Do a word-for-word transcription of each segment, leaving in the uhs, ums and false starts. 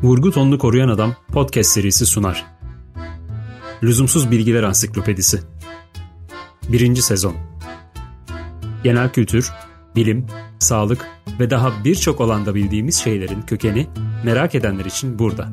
Vurgu Tonunu Koruyan Adam podcast serisi sunar. Lüzumsuz Bilgiler Ansiklopedisi birinci sezon. Genel kültür, bilim, sağlık ve daha birçok alanda bildiğimiz şeylerin kökeni merak edenler için burada.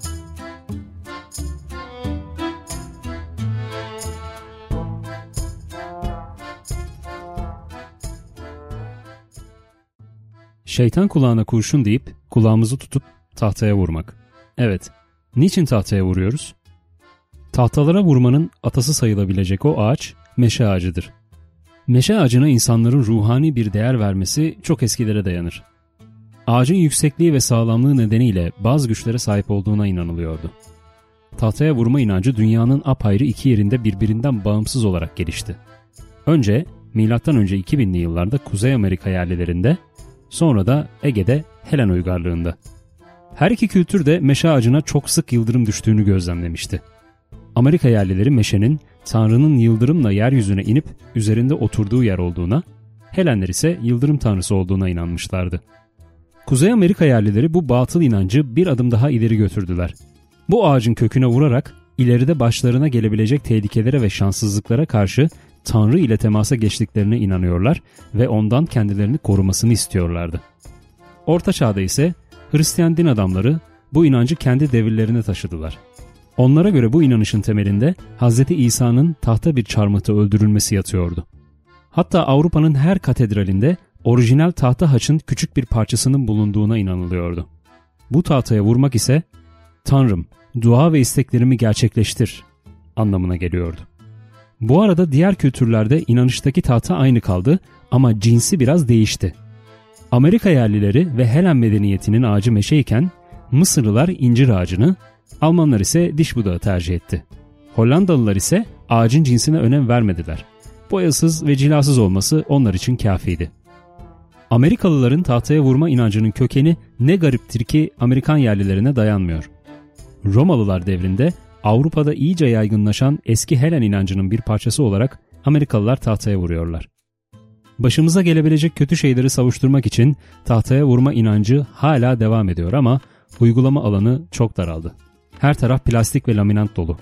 Şeytan kulağına kurşun deyip kulağımızı tutup tahtaya vurmak. Evet, niçin tahtaya vuruyoruz? Tahtalara vurmanın atası sayılabilecek o ağaç meşe ağacıdır. Meşe ağacına insanların ruhani bir değer vermesi çok eskilere dayanır. Ağacın yüksekliği ve sağlamlığı nedeniyle bazı güçlere sahip olduğuna inanılıyordu. Tahtaya vurma inancı dünyanın apayrı iki yerinde birbirinden bağımsız olarak gelişti. Önce milattan önce iki binli yıllarda Kuzey Amerika yerlilerinde, sonra da Ege'de Helen uygarlığında. Her iki kültür de meşe ağacına çok sık yıldırım düştüğünü gözlemlemişti. Amerika yerlileri meşenin Tanrı'nın yıldırımla yeryüzüne inip üzerinde oturduğu yer olduğuna, Helenler ise yıldırım tanrısı olduğuna inanmışlardı. Kuzey Amerika yerlileri bu batıl inancı bir adım daha ileri götürdüler. Bu ağacın köküne vurarak ileride başlarına gelebilecek tehlikelere ve şanssızlıklara karşı Tanrı ile temasa geçtiklerine inanıyorlar ve ondan kendilerini korumasını istiyorlardı. Orta Çağ'da ise Hristiyan din adamları bu inancı kendi devirlerine taşıdılar. Onlara göre bu inanışın temelinde Hz. İsa'nın tahta bir çarmıhta öldürülmesi yatıyordu. Hatta Avrupa'nın her katedralinde orijinal tahta haçın küçük bir parçasının bulunduğuna inanılıyordu. Bu tahtaya vurmak ise "Tanrım, dua ve isteklerimi gerçekleştir" anlamına geliyordu. Bu arada diğer kültürlerde inanıştaki tahta aynı kaldı ama cinsi biraz değişti. Amerika yerlileri ve Helen medeniyetinin ağacı meşeyken Mısırlılar incir ağacını, Almanlar ise diş budağı tercih etti. Hollandalılar ise ağacın cinsine önem vermediler. Boyasız ve cilasız olması onlar için kâfiydi. Amerikalıların tahtaya vurma inancının kökeni ne gariptir ki Amerikan yerlilerine dayanmıyor. Romalılar devrinde Avrupa'da iyice yaygınlaşan eski Helen inancının bir parçası olarak Amerikalılar tahtaya vuruyorlar. Başımıza gelebilecek kötü şeyleri savuşturmak için tahtaya vurma inancı hala devam ediyor ama uygulama alanı çok daraldı. Her taraf plastik ve laminat dolu.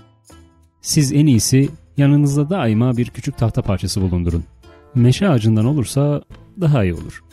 Siz en iyisi yanınızda daima bir küçük tahta parçası bulundurun. Meşe ağacından olursa daha iyi olur.